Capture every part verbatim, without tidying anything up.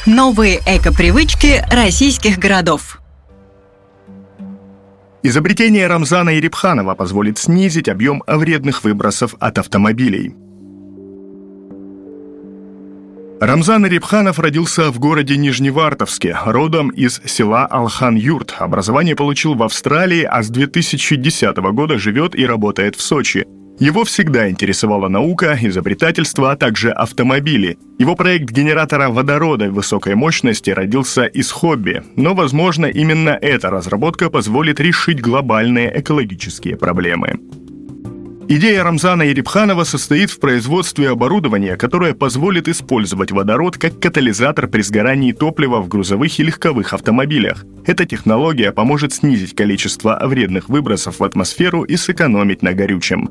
Новые эко-привычки российских городов. Изобретение Рамзана Ерипханова позволит снизить объем вредных выбросов от автомобилей. Рамзан Ерипханов родился в городе Нижневартовске, родом из села Алхан-Юрт. Образование получил в Австралии, а с две тысячи десятого года живет и работает в Сочи. Его всегда интересовала наука, изобретательство, а также автомобили. Его проект генератора водорода высокой мощности родился из хобби, но, возможно, именно эта разработка позволит решить глобальные экологические проблемы. Идея Рамзана Ерипханова состоит в производстве оборудования, которое позволит использовать водород как катализатор при сгорании топлива в грузовых и легковых автомобилях. Эта технология поможет снизить количество вредных выбросов в атмосферу и сэкономить на горючем.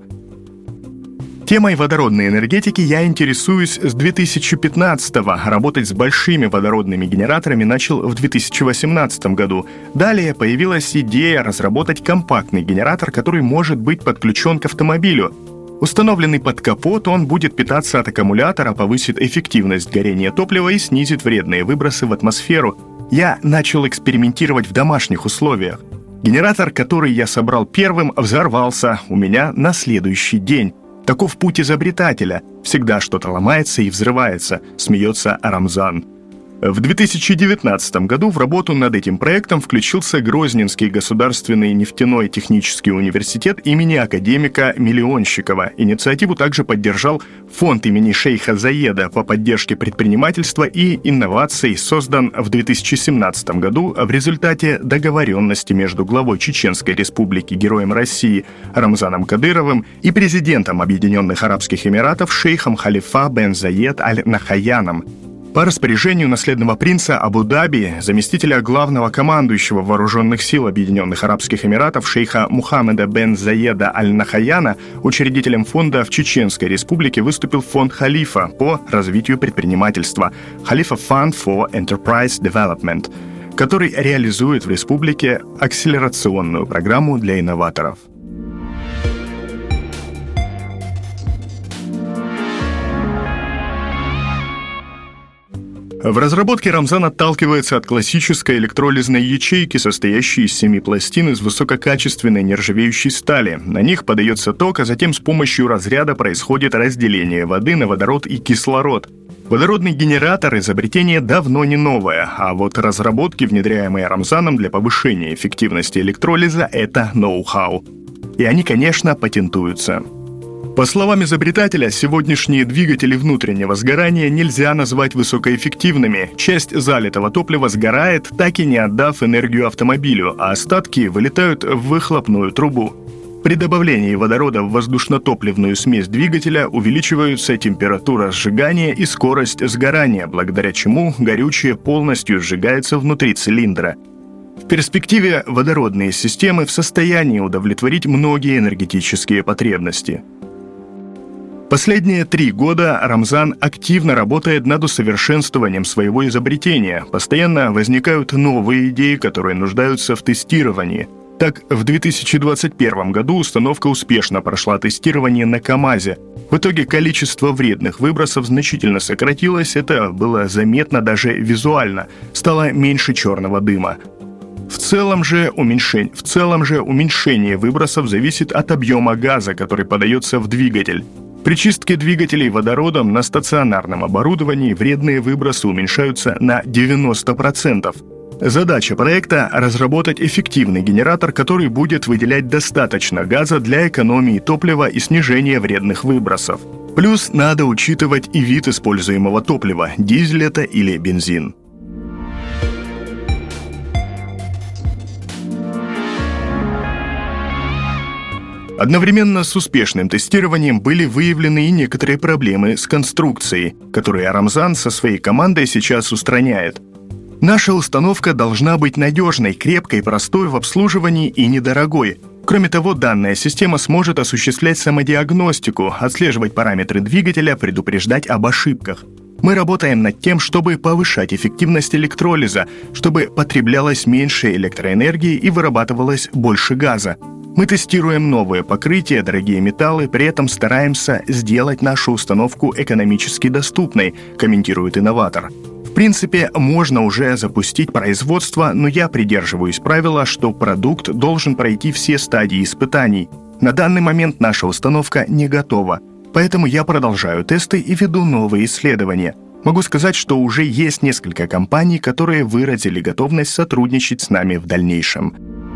Темой водородной энергетики я интересуюсь с две тысячи пятнадцатого. Работать с большими водородными генераторами начал в две тысячи восемнадцатом году. Далее появилась идея разработать компактный генератор, который может быть подключен к автомобилю. Установленный под капот, он будет питаться от аккумулятора, повысит эффективность горения топлива и снизит вредные выбросы в атмосферу. Я начал экспериментировать в домашних условиях. Генератор, который я собрал первым, взорвался у меня на следующий день. Таков путь изобретателя. Всегда что-то ломается и взрывается, смеется Рамзан. В две тысячи девятнадцатом году в работу над этим проектом включился Грозненский государственный нефтяной технический университет имени академика Миллионщикова. Инициативу также поддержал фонд имени шейха Заеда по поддержке предпринимательства и инноваций, создан в две тысячи семнадцатом году в результате договоренности между главой Чеченской Республики, героем России Рамзаном Кадыровым и президентом Объединенных Арабских Эмиратов шейхом Халифа бен Заед аль-Нахаяном. По распоряжению наследного принца Абу-Даби, заместителя главного командующего Вооруженных сил Объединенных Арабских Эмиратов шейха Мухаммеда бен Заеда аль-Нахаяна, учредителем фонда в Чеченской Республике выступил фонд Халифа по развитию предпринимательства Khalifa Fund for Enterprise Development, который реализует в республике акселерационную программу для инноваторов. В разработке Рамзан отталкивается от классической электролизной ячейки, состоящей из семи пластин из высококачественной нержавеющей стали. На них подается ток, а затем с помощью разряда происходит разделение воды на водород и кислород. Водородный генератор – изобретение давно не новое, а вот разработки, внедряемые Рамзаном для повышения эффективности электролиза – это ноу-хау. И они, конечно, патентуются. По словам изобретателя, сегодняшние двигатели внутреннего сгорания нельзя назвать высокоэффективными. Часть залитого топлива сгорает, так и не отдав энергию автомобилю, а остатки вылетают в выхлопную трубу. При добавлении водорода в воздушно-топливную смесь двигателя увеличиваются температура сжигания и скорость сгорания, благодаря чему горючее полностью сжигается внутри цилиндра. В перспективе водородные системы в состоянии удовлетворить многие энергетические потребности. Последние три года Рамзан активно работает над усовершенствованием своего изобретения. Постоянно возникают новые идеи, которые нуждаются в тестировании. Так, в две тысячи двадцать первом году установка успешно прошла тестирование на КАМАЗе. В итоге количество вредных выбросов значительно сократилось, это было заметно даже визуально, стало меньше черного дыма. В целом же уменьшение, в целом же уменьшение выбросов зависит от объема газа, который подается в двигатель. При чистке двигателей водородом на стационарном оборудовании вредные выбросы уменьшаются на девяносто процентов. Задача проекта – разработать эффективный генератор, который будет выделять достаточно газа для экономии топлива и снижения вредных выбросов. Плюс надо учитывать и вид используемого топлива – дизель это или бензин. Одновременно с успешным тестированием были выявлены и некоторые проблемы с конструкцией, которые Рамзан со своей командой сейчас устраняет. Наша установка должна быть надежной, крепкой, простой в обслуживании и недорогой. Кроме того, данная система сможет осуществлять самодиагностику, отслеживать параметры двигателя, предупреждать об ошибках. Мы работаем над тем, чтобы повышать эффективность электролиза, чтобы потреблялось меньше электроэнергии и вырабатывалось больше газа. Мы тестируем новые покрытия, дорогие металлы, при этом стараемся сделать нашу установку экономически доступной, комментирует инноватор. В принципе, можно уже запустить производство, но я придерживаюсь правила, что продукт должен пройти все стадии испытаний. На данный момент наша установка не готова, поэтому я продолжаю тесты и веду новые исследования. Могу сказать, что уже есть несколько компаний, которые выразили готовность сотрудничать с нами в дальнейшем.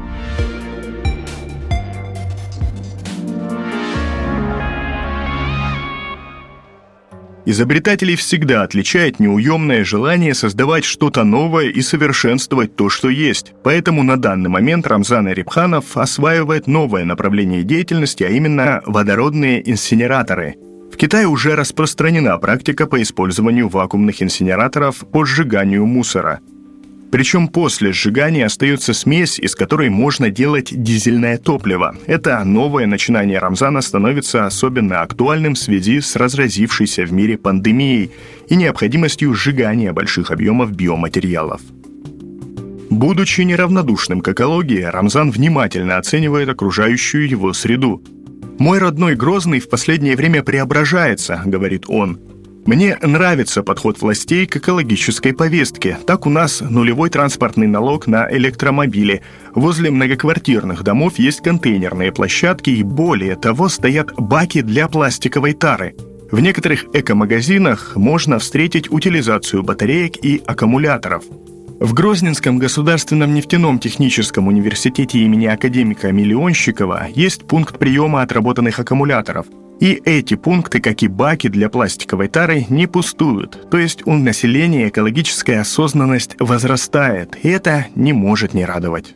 Изобретателей всегда отличает неуемное желание создавать что-то новое и совершенствовать то, что есть. Поэтому на данный момент Рамзан Арипханов осваивает новое направление деятельности, а именно водородные инсинераторы. В Китае уже распространена практика по использованию вакуумных инсинераторов по сжиганию мусора. Причем после сжигания остается смесь, из которой можно делать дизельное топливо. Это новое начинание Рамзана становится особенно актуальным в связи с разразившейся в мире пандемией и необходимостью сжигания больших объемов биоматериалов. Будучи неравнодушным к экологии, Рамзан внимательно оценивает окружающую его среду. «Мой родной Грозный в последнее время преображается», — говорит он. «Мне нравится подход властей к экологической повестке. Так у нас нулевой транспортный налог на электромобили. Возле многоквартирных домов есть контейнерные площадки и, более того, стоят баки для пластиковой тары. В некоторых эко-магазинах можно встретить утилизацию батареек и аккумуляторов. В Грозненском государственном нефтяном техническом университете имени академика Миллионщикова есть пункт приема отработанных аккумуляторов. И эти пункты, как и баки для пластиковой тары, не пустуют. То есть у населения экологическая осознанность возрастает, и это не может не радовать».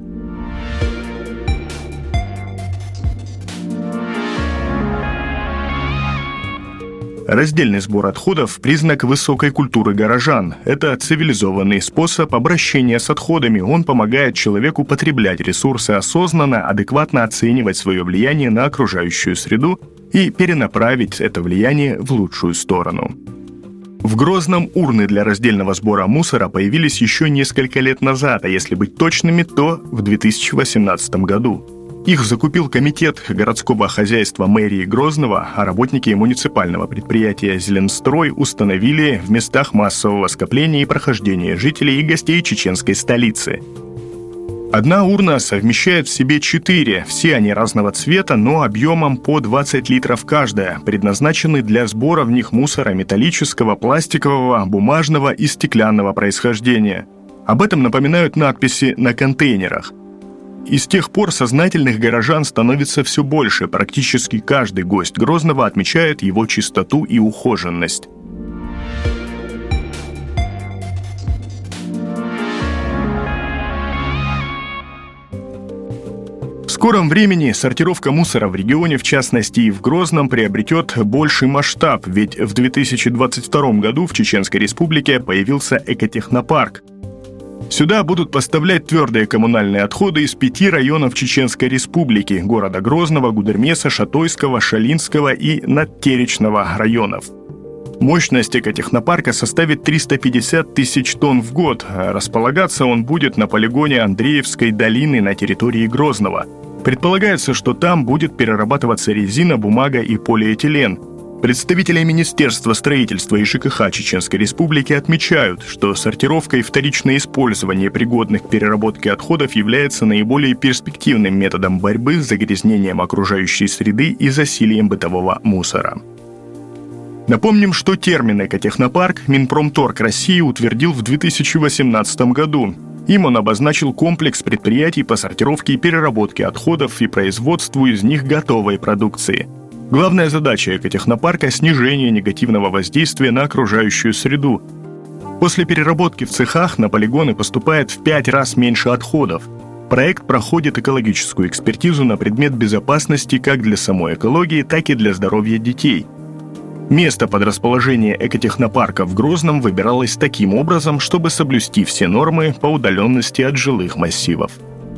Раздельный сбор отходов – признак высокой культуры горожан. Это цивилизованный способ обращения с отходами. Он помогает человеку потреблять ресурсы осознанно, адекватно оценивать свое влияние на окружающую среду и перенаправить это влияние в лучшую сторону. В Грозном урны для раздельного сбора мусора появились еще несколько лет назад, а если быть точными, то в две тысячи восемнадцатом году. Их закупил комитет городского хозяйства мэрии Грозного, а работники муниципального предприятия «Зеленстрой» установили в местах массового скопления и прохождения жителей и гостей чеченской столицы. Одна урна совмещает в себе четыре, все они разного цвета, но объемом по двадцать литров каждая, предназначены для сбора в них мусора металлического, пластикового, бумажного и стеклянного происхождения. Об этом напоминают надписи на контейнерах. И с тех пор сознательных горожан становится все больше, практически каждый гость Грозного отмечает его чистоту и ухоженность. В скором времени сортировка мусора в регионе, в частности и в Грозном, приобретет больший масштаб, ведь в две тысячи двадцать втором году в Чеченской Республике появился экотехнопарк. Сюда будут поставлять твердые коммунальные отходы из пяти районов Чеченской Республики – города Грозного, Гудермеса, Шатойского, Шалинского и Надтеречного районов. Мощность экотехнопарка составит триста пятьдесят тысяч тонн в год. Располагаться он будет на полигоне Андреевской долины на территории Грозного. Предполагается, что там будет перерабатываться резина, бумага и полиэтилен. Представители Министерства строительства и ЖКХ Чеченской Республики отмечают, что сортировка и вторичное использование пригодных к переработке отходов является наиболее перспективным методом борьбы с загрязнением окружающей среды и засилием бытового мусора. Напомним, что термин «экотехнопарк» Минпромторг России утвердил в две тысячи восемнадцатом году. Им он обозначил комплекс предприятий по сортировке и переработке отходов и производству из них готовой продукции. Главная задача экотехнопарка – снижение негативного воздействия на окружающую среду. После переработки в цехах на полигоны поступает в пять раз меньше отходов. Проект проходит экологическую экспертизу на предмет безопасности как для самой экологии, так и для здоровья детей. Место под расположение экотехнопарка в Грозном выбиралось таким образом, чтобы соблюсти все нормы по удаленности от жилых массивов.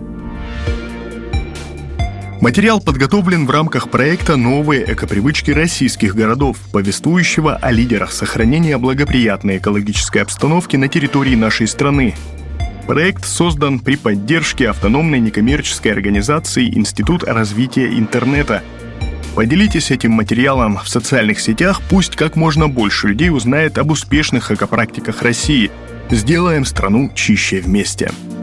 Материал подготовлен в рамках проекта «Новые экопривычки российских городов», повествующего о лидерах сохранения благоприятной экологической обстановки на территории нашей страны. Проект создан при поддержке автономной некоммерческой организации «Институт развития интернета». Поделитесь этим материалом в социальных сетях, пусть как можно больше людей узнает об успешных экопрактиках России. Сделаем страну чище вместе.